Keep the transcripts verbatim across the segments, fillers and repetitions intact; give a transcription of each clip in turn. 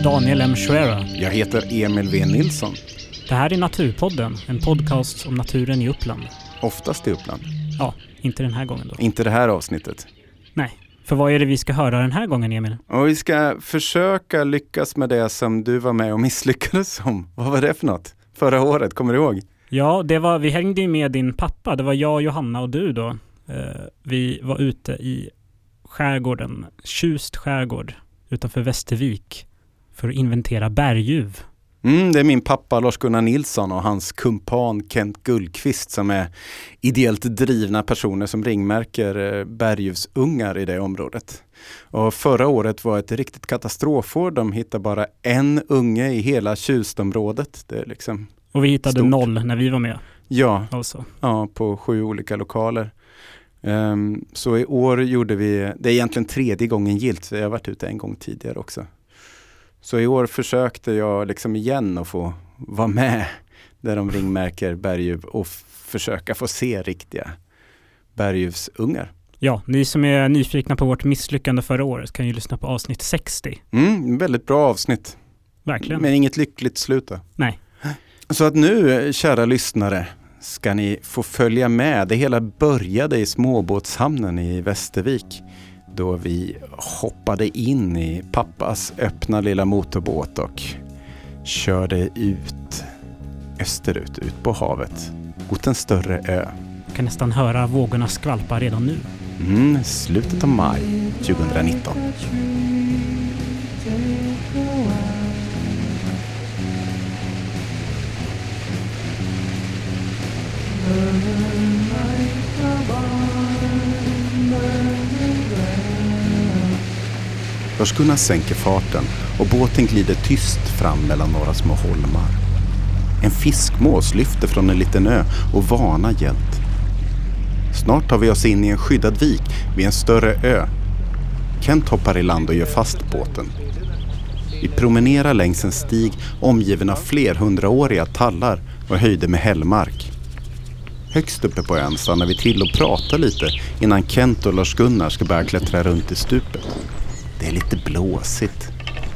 Daniel M. Schwera. Jag heter Emil V. Nilsson. Det här är Naturpodden, en podcast om naturen i Uppland. Oftast i Uppland. Ja, inte den här gången då. Inte det här avsnittet. Nej, för vad är det vi ska höra den här gången, Emil? Och vi ska försöka lyckas med det som du var med och misslyckades om. Vad var det för något? Förra året, kommer du ihåg? Ja, det var, vi hängde ju med din pappa. Det var jag, Johanna och du då. Eh, vi var ute i skärgården, Tjust skärgård utanför Västervik för att inventera berguv. Mm, det är min pappa Lars-Gunnar Nilsson och hans kumpan Kent Gullqvist som är ideellt drivna personer som ringmärker berguvsungar i det området. Och förra året var ett riktigt katastrofår. De hittade bara en unge i hela Tjustområdet. Det är liksom och vi hittade stort. noll när vi var med. Ja, alltså. ja på sju olika lokaler. Um, så i år gjorde vi, det är egentligen tredje gången gilt, så jag har varit ute en gång tidigare också. Så i år försökte jag liksom igen att få vara med där de ringmärker berguv och f- försöka få se riktiga berguvsungar. Ja, ni som är nyfikna på vårt misslyckande förra året kan ju lyssna på avsnitt sextio. Mm, väldigt bra avsnitt. Verkligen. Men inget lyckligt slut då. Nej. Så att nu, kära lyssnare, ska ni få följa med. Det hela började i småbåtshamnen i Västervik. Då vi hoppade in i pappas öppna lilla motorbåt och körde ut österut, ut på havet, mot en större ö. Jag kan nästan höra vågorna skvalpa redan nu. Mm, slutet av maj tjugonitton. Lars-Gunnar sänker farten och båten glider tyst fram mellan några små holmar. En fiskmås lyfter från en liten ö och varnar gällt. Snart tar vi oss in i en skyddad vik vid en större ö. Kent hoppar i land och gör fast båten. Vi promenerar längs en stig omgiven av flerhundraåriga tallar och höjder med hällmark. Högst uppe på ön stannar vi till och pratar lite innan Kent och Lars-Gunnar ska börja klättra runt i stupet. Det är lite blåsigt.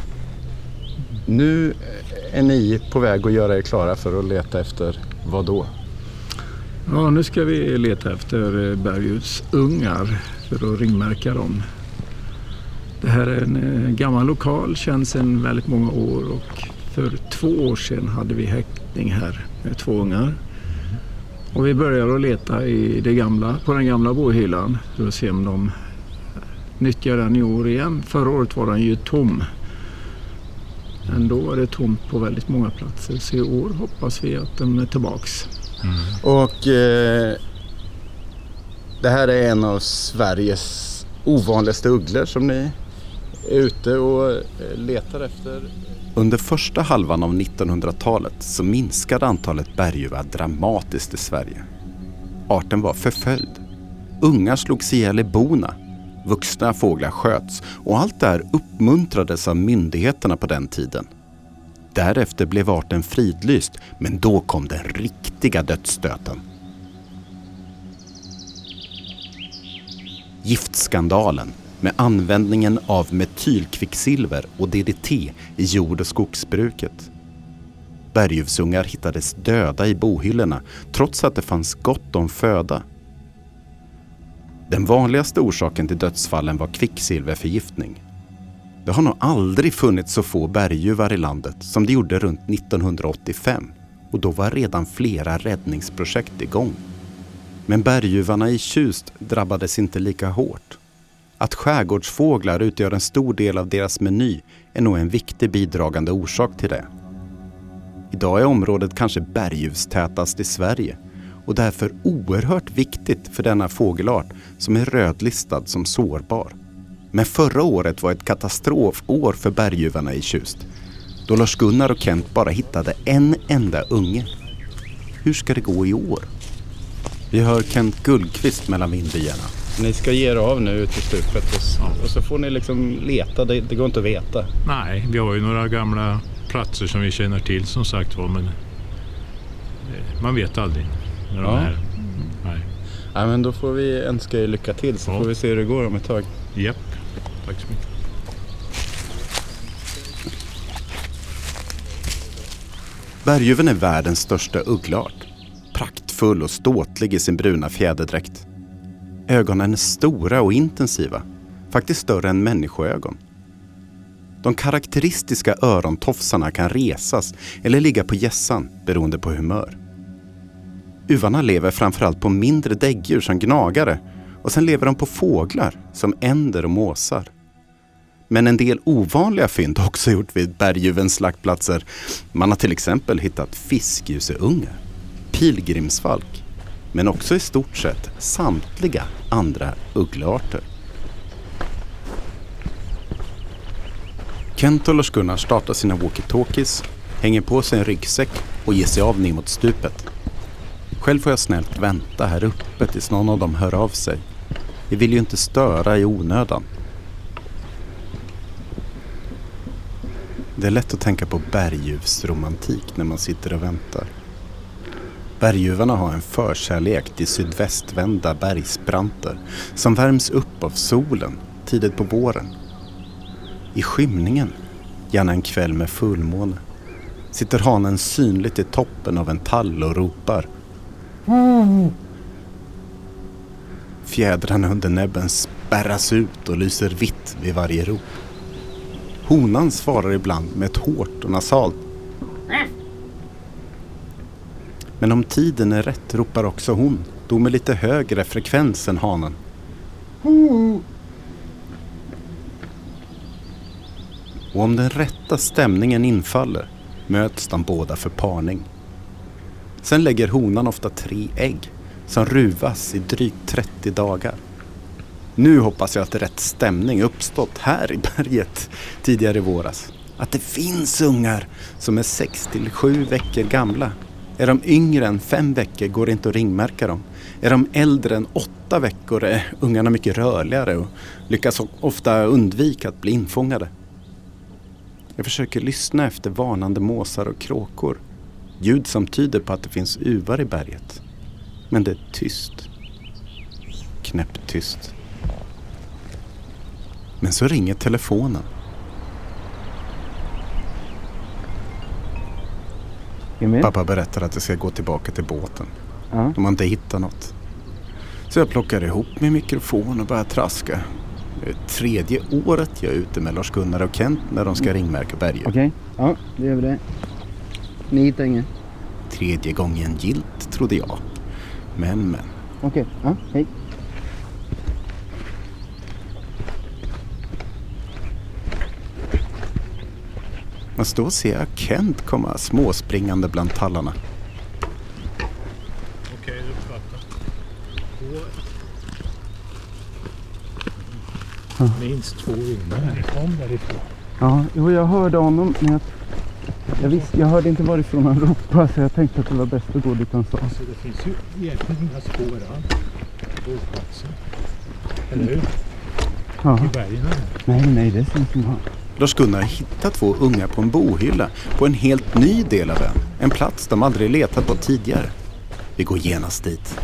Nu är ni på väg att göra er klara för att leta efter vad då? Ja, nu ska vi leta efter berguvsungar för att ringmärka dem. Det här är en gammal lokal, känns sedan väldigt många år, och för två år sedan hade vi häktning här med två ungar. Och vi började att leta i det gamla, på den gamla bohyllan för att se om de nyttjar den i år igen. Förra året var den ju tom. Men då är det tomt på väldigt många platser. Så i år hoppas vi att den är tillbaks. Mm. Och eh, det här är en av Sveriges ovanligaste ugglor som ni är ute och letar efter. Under första halvan av nittonhundratalet så minskade antalet berguvar dramatiskt i Sverige. Arten var förföljd. Ungar slogs ihjäl i bona. Vuxna fåglar sköts och allt det här uppmuntrades av myndigheterna på den tiden. Därefter blev arten fridlyst, men då kom den riktiga dödsstöten. Giftskandalen med användningen av metylkvicksilver och D D T i jord- och skogsbruket. Berguvsungar hittades döda i bohyllorna trots att det fanns gott om föda. Den vanligaste orsaken till dödsfallen var kvicksilverförgiftning. Det har nog aldrig funnits så få berguvar i landet som det gjorde runt nittonhundraåttiofem, och då var redan flera räddningsprojekt igång. Men berguvarna i Tjust drabbades inte lika hårt. Att skärgårdsfåglar utgör en stor del av deras meny är nog en viktig bidragande orsak till det. Idag är området kanske berguvstätast i Sverige och därför oerhört viktigt för denna fågelart som är rödlistad som sårbar. Men förra året var ett katastrofår för berguvarna i Tjust, då Lars-Gunnar och Kent bara hittade en enda unge. Hur ska det gå i år? Vi hör Kent Gullqvist mellan vindbyarna. Ni ska ge er av nu ut i stupet och, ja. och så får ni liksom leta, det, det går inte att veta. Nej, vi har ju några gamla platser som vi känner till som sagt var, men man vet aldrig när de ja. är. Nej. Ja, men då får vi önska er lycka till så ja. får vi se hur det går om ett tag. Japp, tack så mycket. Berguven är världens största uggleart. Praktfull och ståtlig i sin bruna fjäderdräkt. Ögonen är stora och intensiva. Faktiskt större än människoögon. De karaktäristiska örontofsarna kan resas eller ligga på gässan beroende på humör. Uvarna lever framförallt på mindre däggdjur som gnagare och sen lever de på fåglar som änder och måsar. Men en del ovanliga fynd har också gjort vid berguvens slaktplatser. Man har till exempel hittat fiskgjuseungar, pilgrimsfalk, men också i stort sett samtliga andra ugglearter. Kent och Lars-Gunnar startar sina walkie-talkies, hänger på sig en ryggsäck och ger sig av ner mot stupet. Själv får jag snällt vänta här uppe tills någon av dem hör av sig. Vi vill ju inte störa i onödan. Det är lätt att tänka på berguvsromantik när man sitter och väntar. Berguvarna har en förkärlek till sydvästvända bergsbranter som värms upp av solen tidigt på våren. I skymningen, gärna en kväll med fullmåne, sitter hanen synligt i toppen av en tall och ropar. Fjädrarna under näbben spärras ut och lyser vitt vid varje rop. Honan svarar ibland med ett hårt och nasalt. Men om tiden är rätt ropar också hon, då med lite högre frekvens än hanen. Och om den rätta stämningen infaller möts de båda för parning. Sen lägger honan ofta tre ägg som ruvas i drygt trettio dagar. Nu hoppas jag att rätt stämning uppstått här i berget tidigare i våras. Att det finns ungar som är sex till sju veckor gamla. Är de yngre än fem veckor går det inte att ringmärka dem. Är de äldre än åtta veckor är ungarna mycket rörligare och lyckas ofta undvika att bli infångade. Jag försöker lyssna efter varnande måsar och kråkor. Ljud som tyder på att det finns uvar i berget. Men det är tyst. Knäpptyst. Men så ringer telefonen. Emil? Pappa berättar att jag ska gå tillbaka till båten. Ja. De har inte hittat något. Så jag plockar ihop min mikrofon och börjar traska. Det är tredje året jag är ute med Lars-Gunnar och Kent när de ska ringmärka berget. Okej, okay. Ja, det gör vi det. Ni hittar ingen? Tredje gången gilt, trodde jag. Men, men. Okej, okay. Ja, hej. Men då ser jag Kent komma småspringande bland tallarna. Okej, du fattar. Ja. Minst två ungar kom därifrån. Ja, jo, jag hörde honom, men jag, jag, visste, jag hörde inte varifrån han ropade, så jag tänkte att det var bäst att gå dit han sa. Alltså, det finns ju egentligen inga spår alls på platsen. Eller hur? Ja. I bergen. Nej, nej, det är som som han. Lars-Gunnar hittar två unga på en bohylla på en helt ny del av ön. En plats de aldrig letat på tidigare. Vi går genast dit.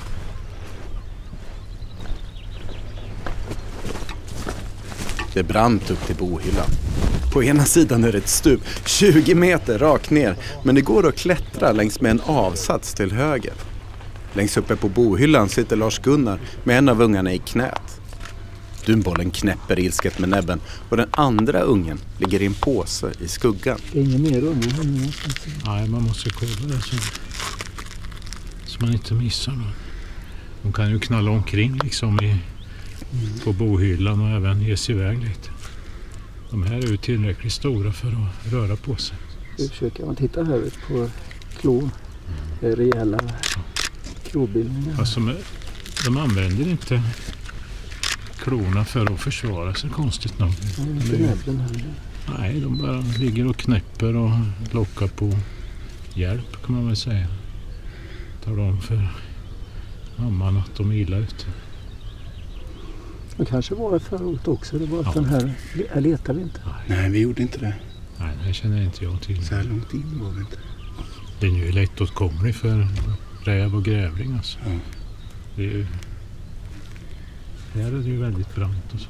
Det är brant upp till bohyllan. På ena sidan är det ett stup, tjugo meter rakt ner, men det går att klättra längs med en avsats till höger. Längst uppe på bohyllan sitter Lars-Gunnar med en av ungarna i knät. Dunbollen knäpper ilsket med näbben och den andra ungen ligger i en påse i skuggan. Ingen mer unga. Nej, man måste kolla det så, så man inte missar något. De kan ju knalla omkring liksom i, på bohyllan och även ge sig iväg lite. De här är ju tillräckligt stora för att röra på sig. Vi försöker man titta här på klå. Det är rejäla klåbildningar. Alltså, de använder inte klorna för att försvara sig, konstigt nog. Ja, inte näbben här. Nej, de bara ligger och knäpper och lockar på hjälp, kan man väl säga. Tar om för mamman att de är illa ute. Det kanske var förut också. Det var att Ja. den här, här letar vi inte. Nej, vi gjorde inte det. Nej, det känner inte jag till. Så här långt in var det inte. Den är ju lättåtkomlig för räv och grävling alltså. Ja. Det är ju, här är det ju väldigt brant och så.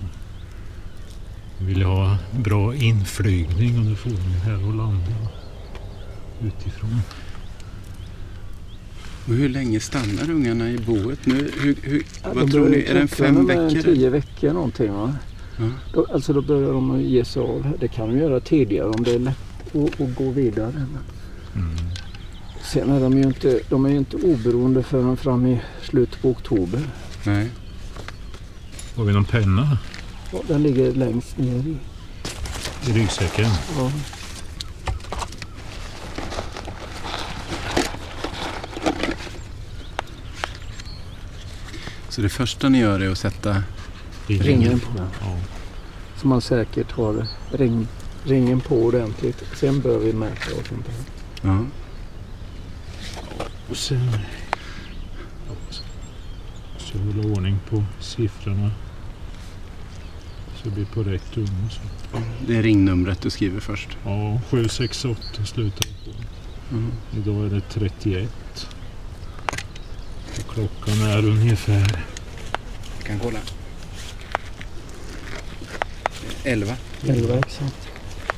Vi vill ha bra inflygning och det får vi här och landa. utifrån. Och hur länge stannar ungarna i boet nu? Hur, hur, Ja, vad tror ni? Är det en fem veckor? Tio veckor någonting, va? Ja. Då, alltså då börjar de ge sig av. Det kan de göra tidigare om det är lätt att, att gå vidare. Mm. Sen är de ju inte, de är ju inte oberoende förrän fram i slutet på oktober. Nej. Har vi någon penna Ja, den ligger längst ner i. i ryggsäcken? Ja. Så det första ni gör är att sätta Ringen på den. Ja. Så man säkert har ring, ringen på ordentligt. Sen börjar vi mäta och sånt där. Ja. Och sen så hålla ordning på siffrorna så det blir på rätt unge. Så. Det är ringnumret du skriver först. Ja, sju sex åtta slutar på. Mm. Idag är det trettioett. Och klockan är ungefär Jag kan kolla. elva. elva exakt.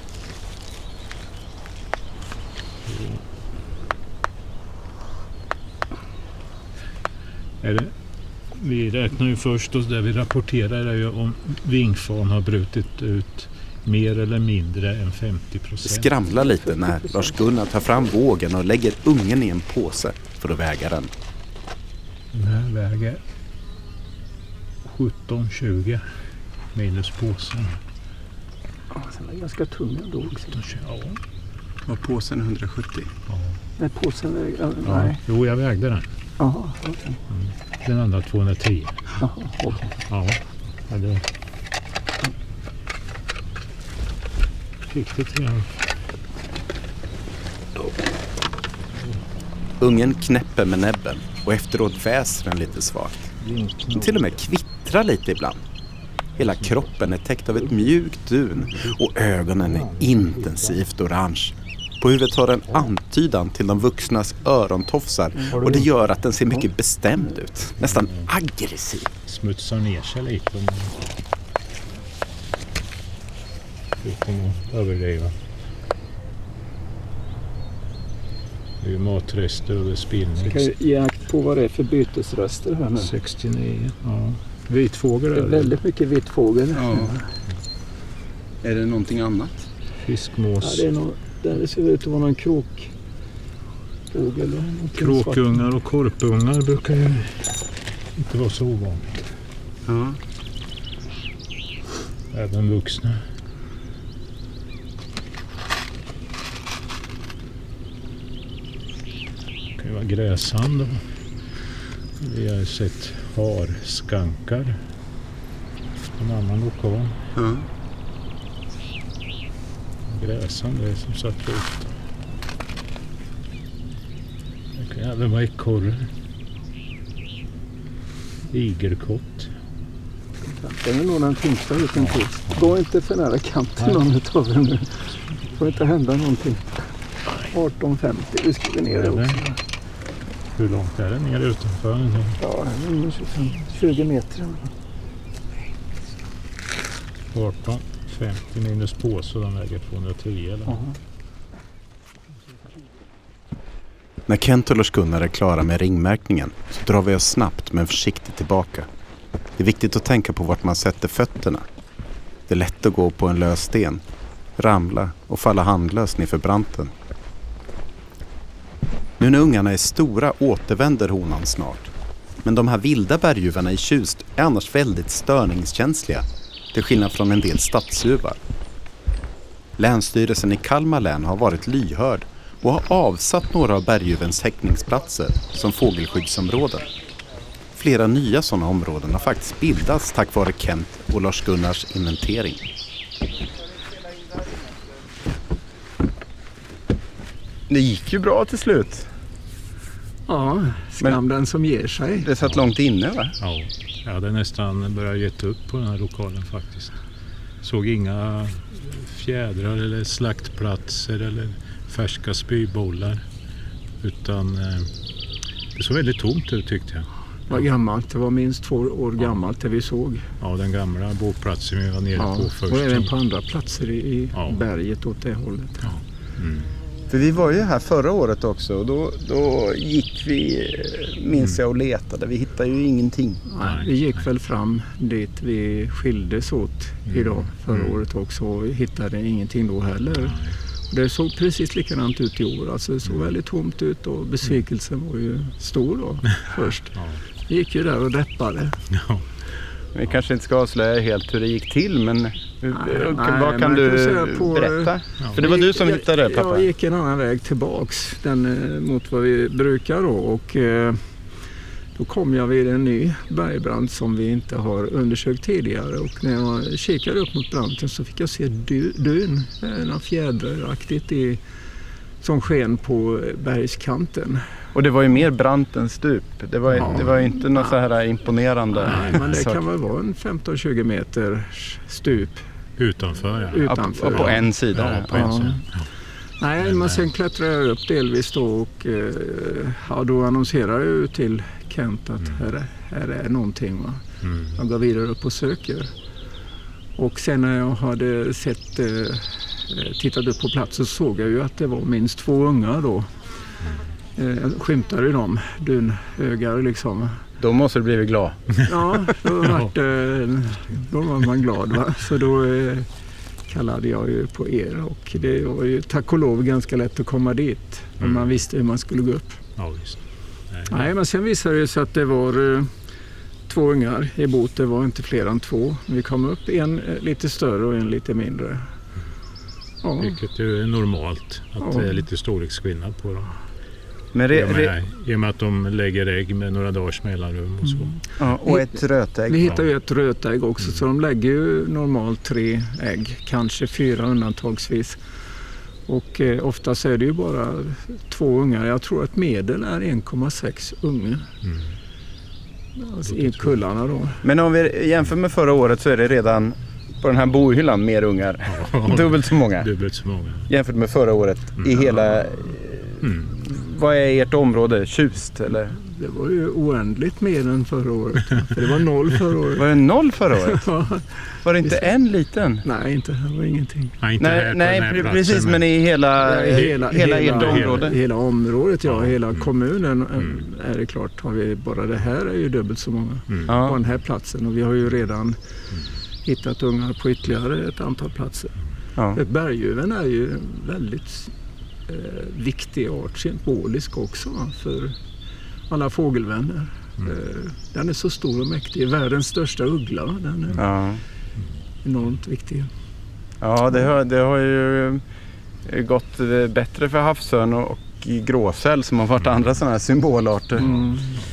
Är det, vi räknar ju först och där vi rapporterar är ju om vingfan har brutit ut mer eller mindre än femtio Det procent. skramlar lite när Lars-Gunnar tar fram vågen och lägger ungen i en påse för att väga den. Den här väger sjutton tjugo minus påsen. Ja, den är ganska tung ändå. sjutton tjugo, ja. Var påsen hundrasjuttio? Ja. Nej, påsen är... Ja, Ja. nej. Jo, jag vägde den. Jaha, okej. Den andra tvåhundratio. Jaha, okej. Ja, ja det... Fick det till. Ungen knäpper med näbben och efteråt väser den lite svagt. Den till och med kvittrar lite ibland. Hela kroppen är täckt av ett mjukt dun och ögonen är intensivt orange. På huvudet har den antydan till de vuxnas örontofsar och det gör att den ser mycket bestämd ut. Nästan aggressiv. Smutsar ner sig lite. Om... Utan att överdriva. Det är ju matrester och det är spillning. Ska jag ge akt på vad det är för bytesröster här nu? sextionio. Ja. Vitfågel Det är är det. väldigt mycket vitfågel. Ja. Är det någonting annat? Fiskmås. Ja, det, är någon, det ser ut att vara någon krok. Fågel eller någonting Kråkungar och korpungar brukar ju inte vara så ovanligt. Ja. Även vuxna. Det kan ju vara gräsand. Vi har sett harskankar. En annan lokal. Ja. Gräsand det är som sagt ofta. Det kan även vara ekorre. Igelkott. Det är nog den tyngsta hittills. Gå inte för nära kanten någon utav dem nu. Det får inte hända någonting. arton femtio, vi skriver ner det också. Hur långt är det ner utanför? Ja, tjugofem, tjugo meter. arton femtio minus på så de väger tvåhundratio eller? Ja. När Kent och Lars-Gunnar är klara med ringmärkningen så drar vi oss snabbt men försiktigt tillbaka. Det är viktigt att tänka på vart man sätter fötterna. Det är lätt att gå på en lös sten, ramla och falla handlöst ner för branten. Nu när ungarna är stora återvänder honan snart. Men de här vilda berguvarna i Tjust är annars väldigt störningskänsliga, till skillnad från en del stadsuvar. Länsstyrelsen i Kalmar län har varit lyhörd och har avsatt några av berguvens häckningsplatser som fågelskyddsområden. Flera nya sådana områden har faktiskt bildats tack vare Kent och Lars-Gunnars inventering. Det gick ju bra till slut. Ja, skam den som ger sig. Det satt långt inne, va? Ja, jag hade nästan börjat gett upp på den här lokalen faktiskt. Såg inga fjädrar eller slaktplatser eller färska spybollar. Utan eh, det såg väldigt tomt ut tyckte jag. Vad gammalt, det var minst två år gammalt det vi såg. Ja, den gamla boplatsen vi var nere Ja, på först. och även på andra platser i, i Ja. berget åt det hållet. Ja. Mm. För vi var ju här förra året också och då, då gick vi, minns jag, och letade. Vi hittade ju ingenting. Nej, vi gick väl fram dit vi skildes åt idag förra Mm. året också och vi hittade ingenting då heller. Det såg precis likadant ut i år. Alltså det såg väldigt tomt ut och besvikelsen var ju stor då först. Ja. Vi gick ju där och deppade. Ja. Vi kanske inte ska avslöja helt hur det gick till, men hur, Nej, vad nej, kan men du jag kan säga på- berätta? Ja. För det var du som Jag- hittade, pappa. Jag gick en annan väg tillbaks den, eh, mot vad vi brukar då och eh, då kom jag vid en ny bergbrant som vi inte har undersökt tidigare och när jag kikade upp mot branten så fick jag se dy- dyn, eh, något fjäderaktigt i, som sken på bergskanten. Och det var ju mer brant än stup. Det var, Ja. det var ju inte något så här imponerande. Nej, men det sak. kan väl vara en femton tjugo meter stup Utanför, ja. Ja, utanför. på, på en sida. Ja, på en Ja. sida. Nej, Men, men sen klättrade jag upp delvis då och eh, ja, då annonserade jag ju till Kent att Mm. här, är, här är någonting. Va? Mm. Jag går vidare upp och söker. Och sen när jag hade sett, eh, tittat upp på plats så såg jag ju att det var minst två ungar då. Eh, jag skymtade ju dem, dunögar liksom. Då måste du blivit glad. Ja, då, vart, eh, då var man glad. Va? Så då eh, kallade jag ju på er och det var ju tack och lov ganska lätt att komma dit. Om Mm. man visste hur man skulle gå upp. Ja, visst. Nej. Nej, men sen visade det sig att det var eh, två ungar i båt. Det var inte fler än två. Vi kom upp, en eh, lite större och en lite mindre. Ja, Vilket ju är normalt att Ja. det är lite storleksskillnad på dem. Men I re, och, re, med, I och med att de lägger ägg med några dagars mellanrum och så. Mm. ja, och ett rötägg. Vi hittar ju ett rötägg också Mm. så de lägger ju normalt tre ägg, kanske fyra undantagsvis. Och eh, oftast är det ju bara två ungar. Jag tror att medel är en komma sex ungar Mm. alltså, i kullarna då. Men om vi jämför med förra året så är det redan på den här bohyllan mer ungar. Ja, Dubbelt så många. dubbelt så många. Jämfört med förra året. I Mm. hela... Mm. Vad är ert område? Tjust eller? Det var ju oändligt mer än förra året. För det var noll förra året. Var det noll förra året? Ja, Var det inte en liten? nej, inte, det var ingenting. Nej, inte här Nej, på nej den här pre- platsen, precis, men i hela, Ja, hela, hela ert område. Hela området, ja. Ja. Hela Mm. kommunen eh, Mm. är det klart. Har vi bara det här är ju dubbelt så många Mm. på Ja. den här platsen. Och vi har ju redan hittat ungar på ytterligare ett antal platser. Ja. Berguven är ju en väldigt eh, viktig art, symbolisk också va, för alla fågelvänner. Mm. Eh, den är så stor och mäktig. Världens största uggla. Den är Ja. enormt viktig. Ja, det har, det har ju gått bättre för havsörn och, och gråsäl som har varit andra sådana här symbolarter. Mm.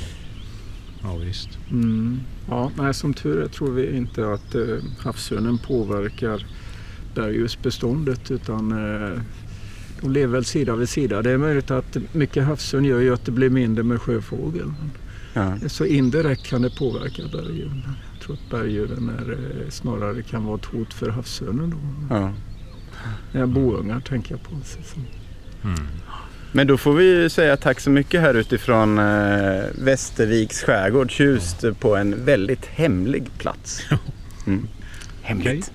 Ja, visst. Mm. Ja, nej, som tur är tror vi inte att eh, havsörnen påverkar bergusbeståndet utan eh, de lever väl sida vid sida. Det är möjligt att mycket havsörn gör ju att det blir mindre med sjöfågel. Ja. Så indirekt kan det påverka berguven. Jag tror att berguven är, eh, snarare kan vara ett hot för havsörnen då. Ja. Ja, boungar tänker jag på. Så. Mm. Men då får vi ju säga tack så mycket här utifrån eh, Västerviks skärgård, Tjust, på en väldigt hemlig plats. Mm. Hemligt.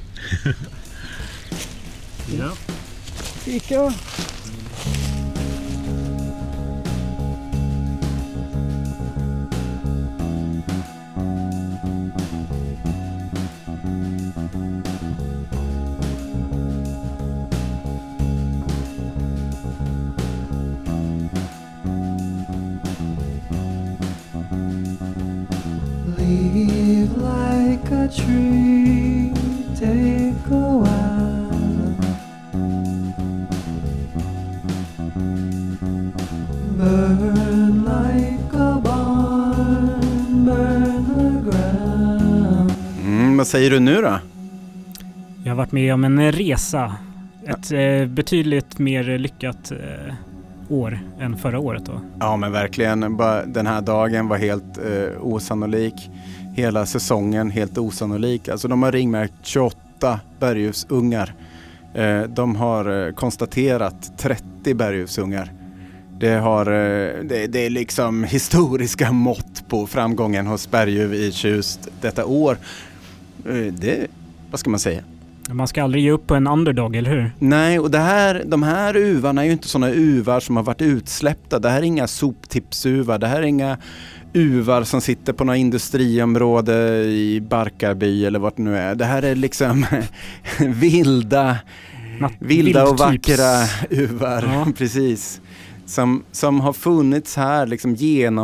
Ja. Fika! Leave like a tree, take a while. Burn like a barn, burn the ground. Mm, vad säger du nu då? Jag har varit med om en resa. Ett eh, betydligt mer lyckat eh, år än förra året då. Ja, men verkligen. Bara den här dagen var helt eh, osannolik. Hela säsongen helt osannolik. Alltså de har ringmärkt tjugoåtta bergusungar. Eh, de har eh, konstaterat trettio bergusungar. Det, har, eh, det, det är liksom historiska mått på framgången hos berguv i Tjust detta år. Eh, det, vad ska man säga? Man ska aldrig ge upp på en underdog, eller hur? Nej, och det här, de här uvarna är ju inte sådana uvar som har varit utsläppta. Det här är inga soptipsuvar. Det här är inga uvar som sitter på något industriområde i Barkarby eller vart det nu är. Det här är liksom vilda, Nat- vilda och vildtyps. vackra uvar. Ja. Precis. Som, som har funnits här liksom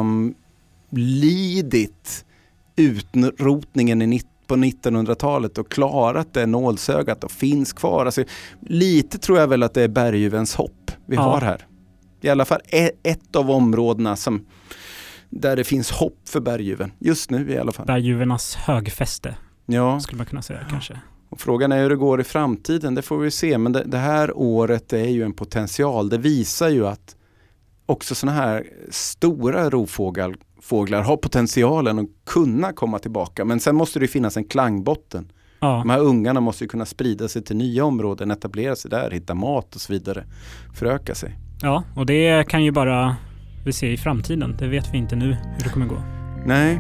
genomlidit utrotningen i nittio på nittonhundratalet och klarat det nålsögat och finns kvar. Alltså, lite tror jag väl att det är berguvens hopp vi Ja. har här. I alla fall ett, ett av områdena som, där det finns hopp för berguven. Just nu i alla fall. Berguvernas högfäste, Ja, skulle man kunna säga kanske. och frågan är hur det går i framtiden. Det får vi se. Men det, det här året är ju en potential. Det visar ju att också såna här stora rovfåglar fåglar har potentialen att kunna komma tillbaka. Men sen måste det ju finnas en klangbotten. Ja. De här ungarna måste ju kunna sprida sig till nya områden, etablera sig där, hitta mat och så vidare. Föröka sig. Ja, och det kan ju bara vi se i framtiden. Det vet vi inte nu hur det kommer gå. Nej.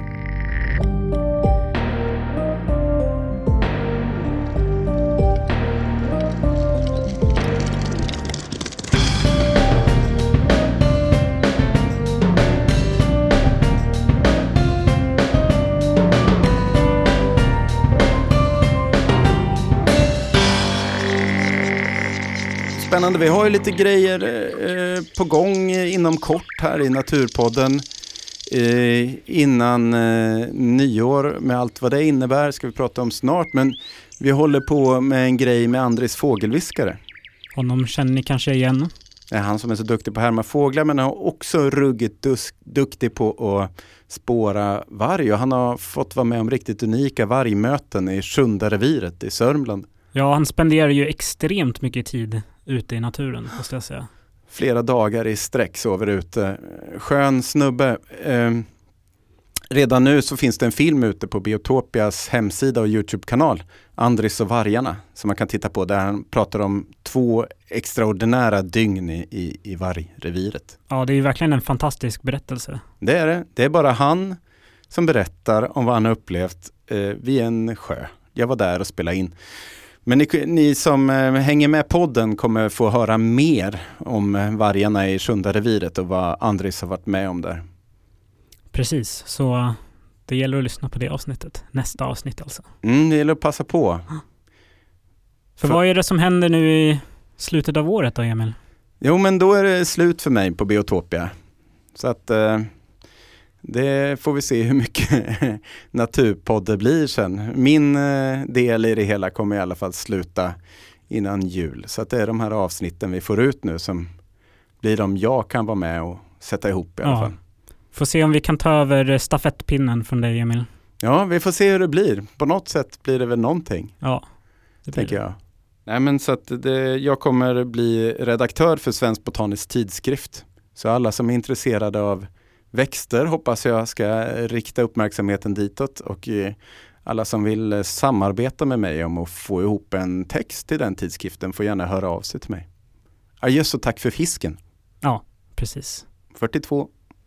Spännande, vi har ju lite grejer eh, på gång inom kort här i Naturpodden. Eh, innan eh, nyår med allt vad det innebär ska vi prata om snart. Men vi håller på med en grej med Andris fågelviskare. Honom känner ni kanske igen. Det är han som är så duktig på att härma fåglar, men han är också ruggigt dusk, duktig på att spåra varg. Och han har fått vara med om riktigt unika vargmöten i Sjundareviret i Sörmland. Ja, han spenderar ju extremt mycket tid ute i naturen, måste jag säga. Flera dagar i sträck sover ute. Skön snubbe. Eh, redan nu så finns det en film ute på Biotopias hemsida och YouTube-kanal. Andris och vargarna, som man kan titta på, där han pratar om två extraordinära dygn i, i, i vargreviret. Ja, det är ju verkligen en fantastisk berättelse. Det är det. Det är bara han som berättar om vad han har upplevt eh, vid en sjö. Jag var där och spelade in. Men ni, ni som eh, hänger med podden kommer få höra mer om eh, vargarna i Sjundareviret och vad Andris har varit med om där. Precis, så det gäller att lyssna på det avsnittet. Nästa avsnitt alltså. Mm, det gäller att passa på. För, För- vad är det som händer nu i slutet av året då, Emil? Jo, men då är det slut för mig på Biotopia. Så att eh, det får vi se hur mycket naturpodd det blir sen. Min eh, del i det hela kommer i alla fall sluta innan jul. Så att det är de här avsnitten vi får ut nu som blir de jag kan vara med och sätta ihop i alla Ja. fall. Får se om vi kan ta över stafettpinnen från dig, Emil. Ja, vi får se hur det blir. På något sätt blir det väl någonting, Ja, det blir tänker det. jag. Nej, men så att det, jag kommer bli redaktör för Svensk Botanisk Tidskrift. Så alla som är intresserade av växter hoppas jag ska rikta uppmärksamheten ditåt. Och eh, alla som vill eh, samarbeta med mig om att få ihop en text till den tidskriften får gärna höra av sig till mig. Ja, just så tack för fisken. Ja, precis. fyrtiotvå